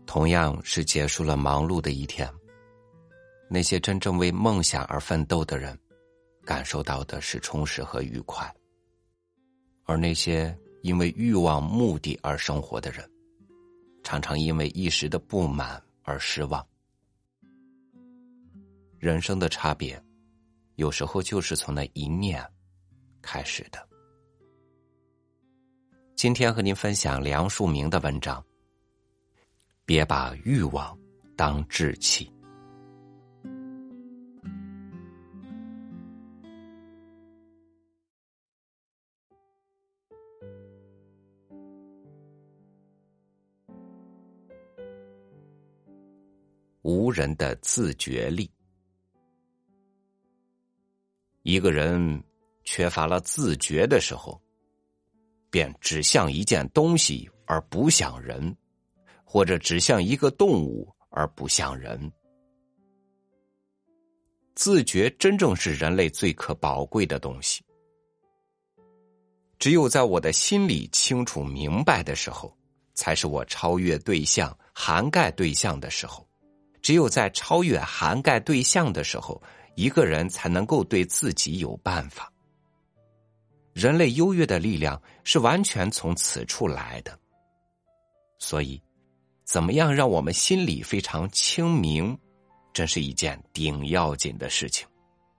同样是结束了忙碌的一天，那些真正为梦想而奋斗的人，感受到的是充实和愉快，而那些因为欲望目的而生活的人，常常因为一时的不满而失望。人生的差别，有时候就是从那一念开始的。今天和您分享梁漱溟的文章，别把欲望当志气。无人的自觉力。一个人缺乏了自觉的时候，便只像一件东西而不像人，或者只像一个动物而不像人。自觉真正是人类最可宝贵的东西。只有在我的心里清楚明白的时候，才是我超越对象、涵盖对象的时候。只有在超越涵盖对象的时候，一个人才能够对自己有办法。人类优越的力量是完全从此处来的。所以，怎么样让我们心里非常清明，真是一件顶要紧的事情。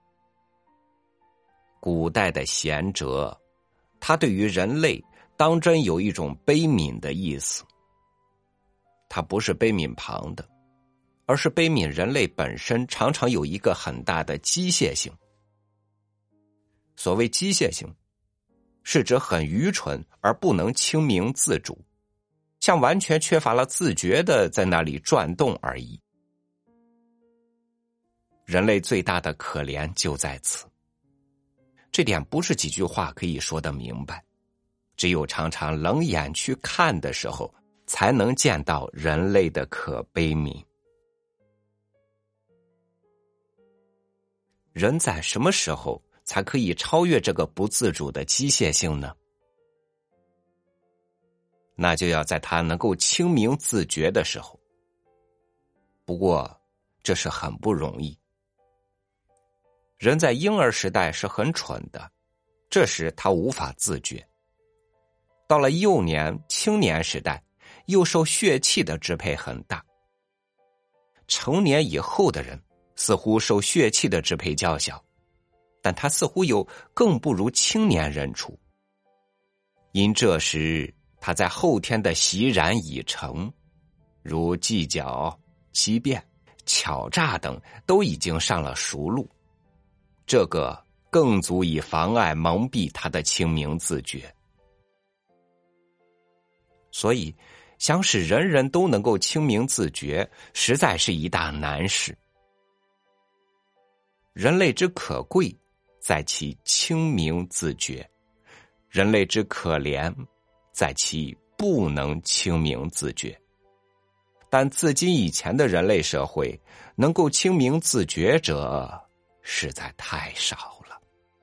古代的贤哲，他对于人类当真有一种悲悯的意思。他不是悲悯旁的，而是悲悯人类本身常常有一个很大的机械性。所谓机械性，是指很愚蠢而不能清明自主，像完全缺乏了自觉的在那里转动而已。人类最大的可怜就在此，这点不是几句话可以说得明白，只有常常冷眼去看的时候，才能见到人类的可悲悯。人在什么时候才可以超越这个不自主的机械性呢？那就要在他能够清明自觉的时候。不过，这是很不容易。人在婴儿时代是很蠢的，这时他无法自觉。到了幼年、青年时代，又受血气的支配很大。成年以后的人，似乎受血气的支配较小，但他似乎又更不如青年人处。因这时他在后天的习染已成，如计较、欺骗、巧诈等都已经上了熟路，这个更足以妨碍蒙蔽他的清明自觉。所以想使人人都能够清明自觉，实在是一大难事。人类之可贵，在其清明自觉；人类之可怜，在其不能清明自觉。但自今以前的人类社会，能够清明自觉者实在太少了。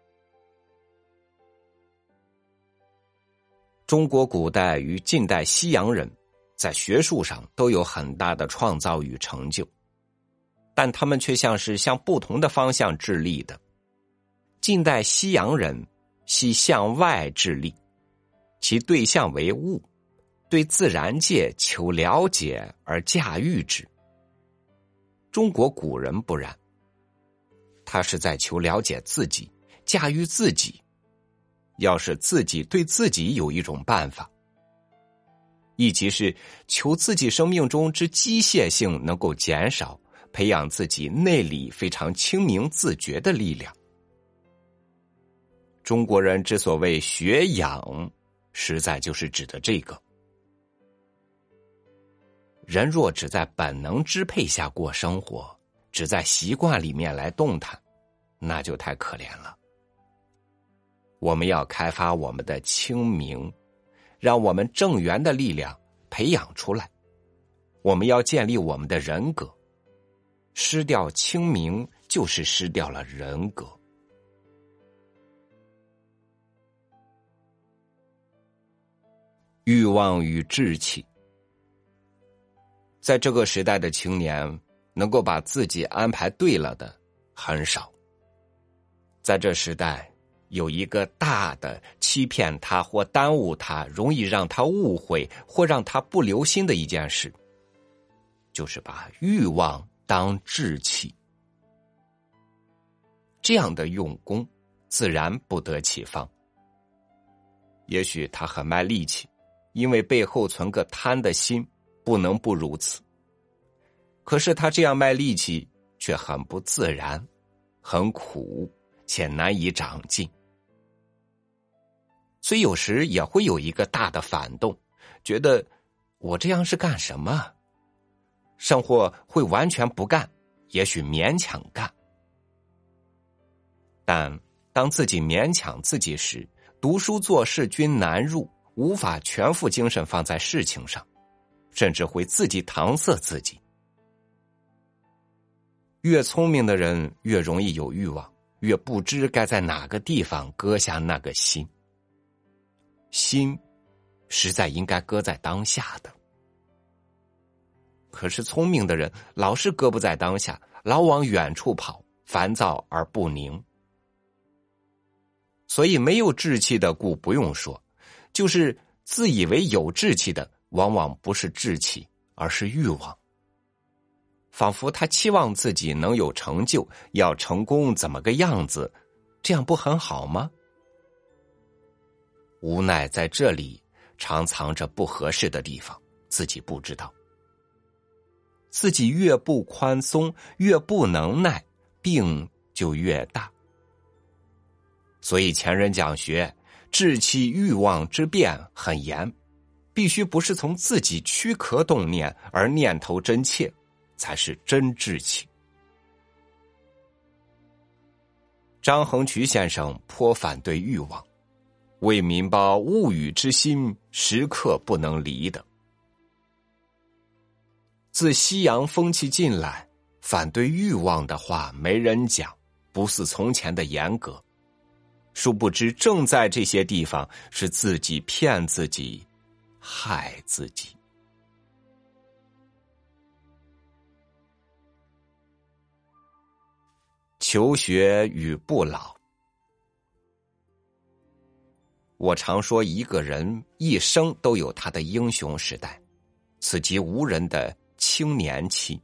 中国古代与近代西洋人在学术上都有很大的创造与成就，但他们却像是向不同的方向致力的。近代西洋人系向外致力，其对象为物，对自然界求了解而驾驭之。中国古人不然，他是在求了解自己，驾驭自己，要使自己对自己有一种办法，亦即是求自己生命中之机械性能够减少，培养自己内里非常清明自觉的力量。中国人之所谓学养，实在就是指的这个。人若只在本能支配下过生活，只在习惯里面来动弹，那就太可怜了。我们要开发我们的清明，让我们正源的力量培养出来。我们要建立我们的人格，失掉清明，就是失掉了人格。欲望与志气。 在这个时代的青年，能够把自己安排对了的很少。在这时代，有一个大的欺骗他或耽误他，容易让他误会或让他不留心的一件事，就是把欲望当志气。这样的用功自然不得其方。也许他很卖力气，因为背后存个贪的心，不能不如此。可是他这样卖力气却很不自然，很苦，且难以长进。所以有时也会有一个大的反动，觉得我这样是干什么？甚或会完全不干，也许勉强干。但当自己勉强自己时，读书做事均难入，无法全副精神放在事情上，甚至会自己搪塞自己。越聪明的人越容易有欲望，越不知该在哪个地方搁下那个心。心实在应该搁在当下的。可是聪明的人老是搁不在当下，老往远处跑，烦躁而不宁。所以没有志气的故不用说，就是自以为有志气的，往往不是志气，而是欲望。仿佛他期望自己能有成就，要成功怎么个样子，这样不很好吗？无奈在这里常藏着不合适的地方，自己不知道。自己越不宽松，越不能耐，病就越大。所以前人讲学，志气欲望之变很严，必须不是从自己躯壳动念，而念头真切，才是真志气。张衡渠先生颇反对欲望，为民胞物欲之心，时刻不能离的。自西洋风气进来，反对欲望的话没人讲，不似从前的严格。殊不知正在这些地方是自己骗自己，害自己。求学与不老。我常说一个人一生都有他的英雄时代，此即无人的青年期。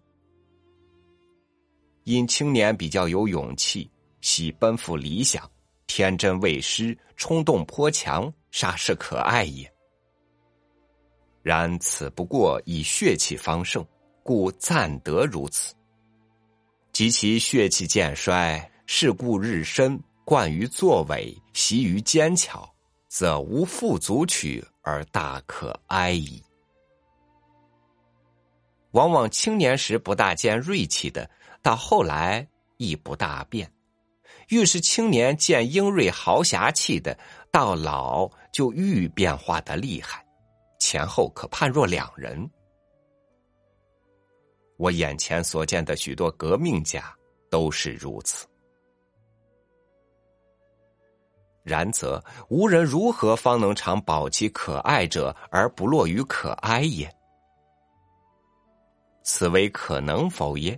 因青年比较有勇气，喜奔赴理想，天真未失，冲动颇强，煞是可爱也。然此不过以血气方盛，故暂得如此。及其血气渐衰，世故日深，惯于作伪，习于奸巧，则无复足取而大可哀矣。往往青年时不大见锐气的，到后来亦不大变；越是青年见英锐豪侠气的，到老就愈变化的厉害，前后可判若两人。我眼前所见的许多革命家都是如此。然则无人如何方能常保其可爱者而不落于可哀也？此为可能否耶？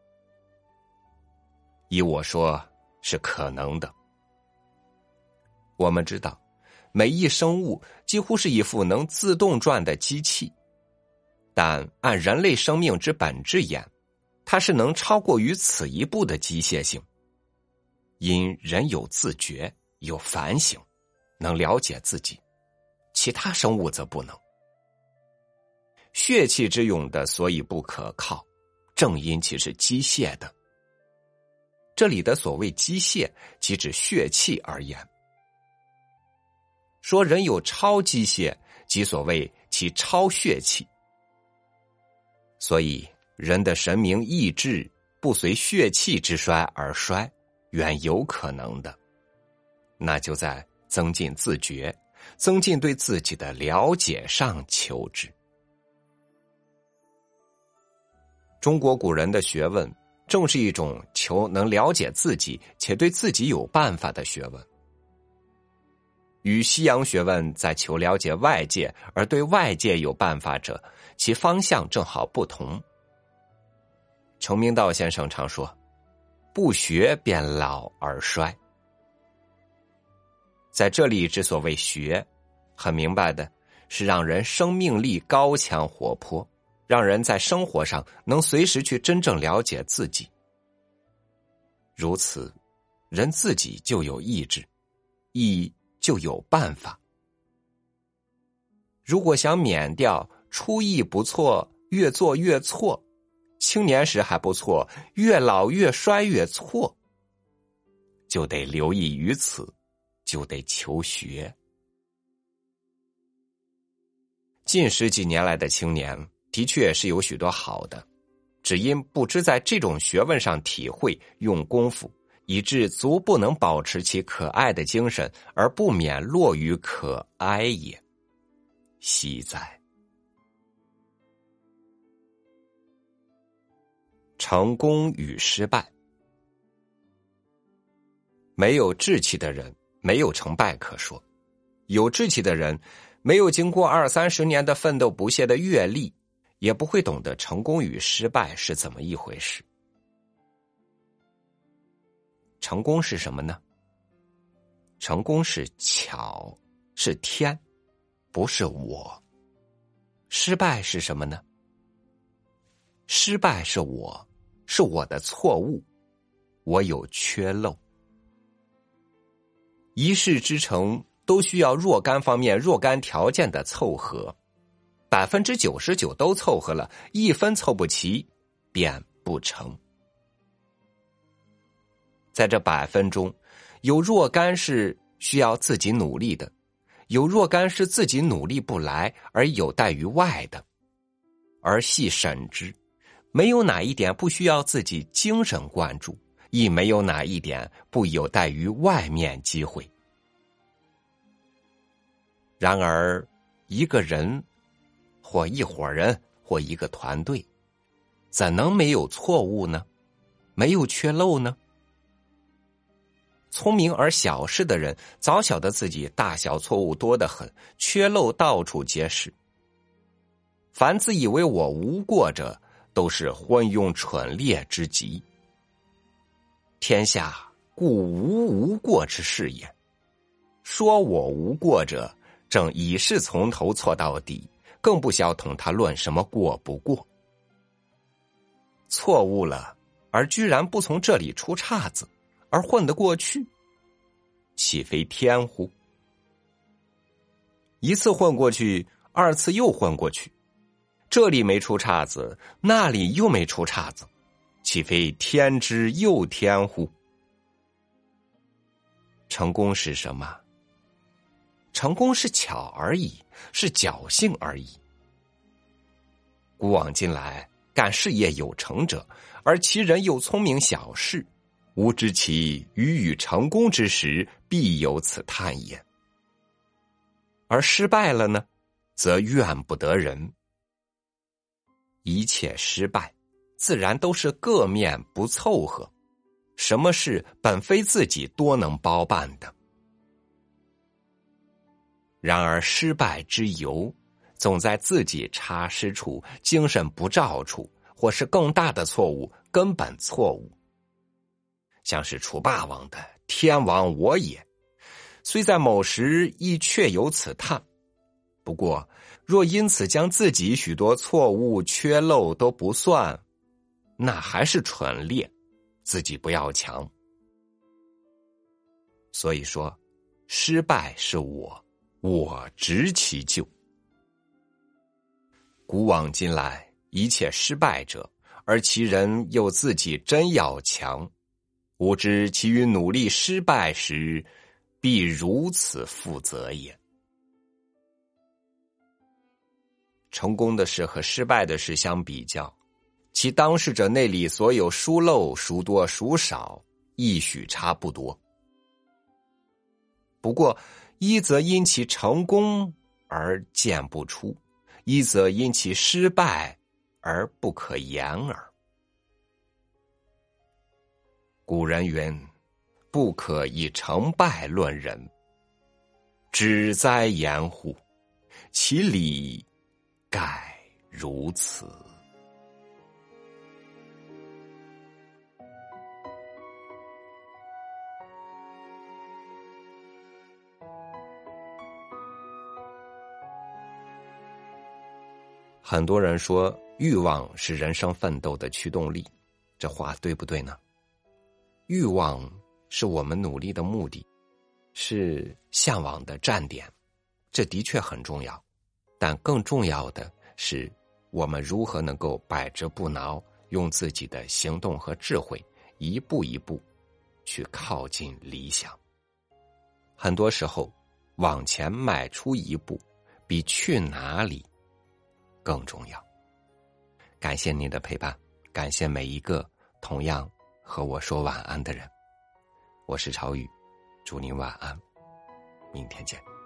依我说，是可能的。我们知道，每一生物几乎是一副能自动转的机器，但按人类生命之本质言，它是能超过于此一步的机械性。因人有自觉，有反省，能了解自己，其他生物则不能。血气之勇的所以不可靠，正因其是机械的。这里的所谓机械，即指血气而言。说人有超机械，即所谓其超血气。所以人的神明意志不随血气之衰而衰，原有可能的。那就在增进自觉，增进对自己的了解上求之。中国古人的学问正是一种求能了解自己且对自己有办法的学问，与西洋学问在求了解外界而对外界有办法者， 其方向正好不同。程明道先生常说，不学便老而衰。在这里之所谓学，很明白的是让人生命力高强活泼，让人在生活上能随时去真正了解自己。如此，人自己就有意志，亦就有办法。如果想免掉初意不错，越做越错，青年时还不错，越老越衰越错，就得留意于此，就得求学。近十几年来的青年的确是有许多好的，只因不知在这种学问上体会用功夫，以致足不能保持其可爱的精神，而不免落于可哀也。惜哉！成功与失败。没有志气的人，没有成败可说；有志气的人，没有经过20-30年的奋斗不懈的阅历，也不会懂得成功与失败是怎么一回事。成功是什么呢？成功是巧，是天，不是我。失败是什么呢？失败是我，是我的错误，我有缺漏。一事之成都需要若干方面若干条件的凑合，99%都凑合了，1分凑不齐便不成。在这100分中，有若干是需要自己努力的，有若干是自己努力不来而有待于外的，而细审之，没有哪一点不需要自己精神灌注，亦没有哪一点不有待于外面机会。然而一个人或一伙人或一个团队，怎能没有错误呢？没有缺漏呢？聪明而小事的人早晓得自己大小错误多得很，缺漏到处皆是。凡自以为我无过者，都是昏庸蠢劣之极。天下故无过之事也。说我无过者，正已是从头错到底，更不晓同他论什么过不过。错误了，而居然不从这里出岔子，而混得过去，岂非天乎？一次混过去，2次又混过去，这里没出岔子，那里又没出岔子，岂非天之又天乎？成功是什么？成功是巧而已，是侥幸而已。古往今来，干事业有成者，而其人又聪明小事，吾知其与成功之时，必有此叹也。而失败了呢，则怨不得人。一切失败，自然都是各面不凑合，什么事本非自己多能包办的。然而失败之由，总在自己差失处、精神不照处，或是更大的错误、根本错误。像是楚霸王的天亡我也，虽在某时亦确有此叹，不过若因此将自己许多错误缺漏都不算，那还是蠢劣，自己不要强。所以说，失败是我执其咎。古往今来，一切失败者，而其人又自己真要强，吾知其于努力失败时，必如此负责也。成功的事和失败的事相比较，其当事者内里所有疏漏孰多孰少，亦许差不多。不过一则因其成功而见不出，一则因其失败而不可言耳。古人云：不可以成败论人，只哉言乎！其理盖如此。很多人说欲望是人生奋斗的驱动力，这话对不对呢？欲望是我们努力的目的，是向往的站点，这的确很重要。但更重要的是，我们如何能够百折不挠，用自己的行动和智慧，一步一步去靠近理想。很多时候，往前迈出一步，比去哪里更重要。感谢您的陪伴，感谢每一个同样和我说晚安的人。我是朝雨，祝您晚安，明天见。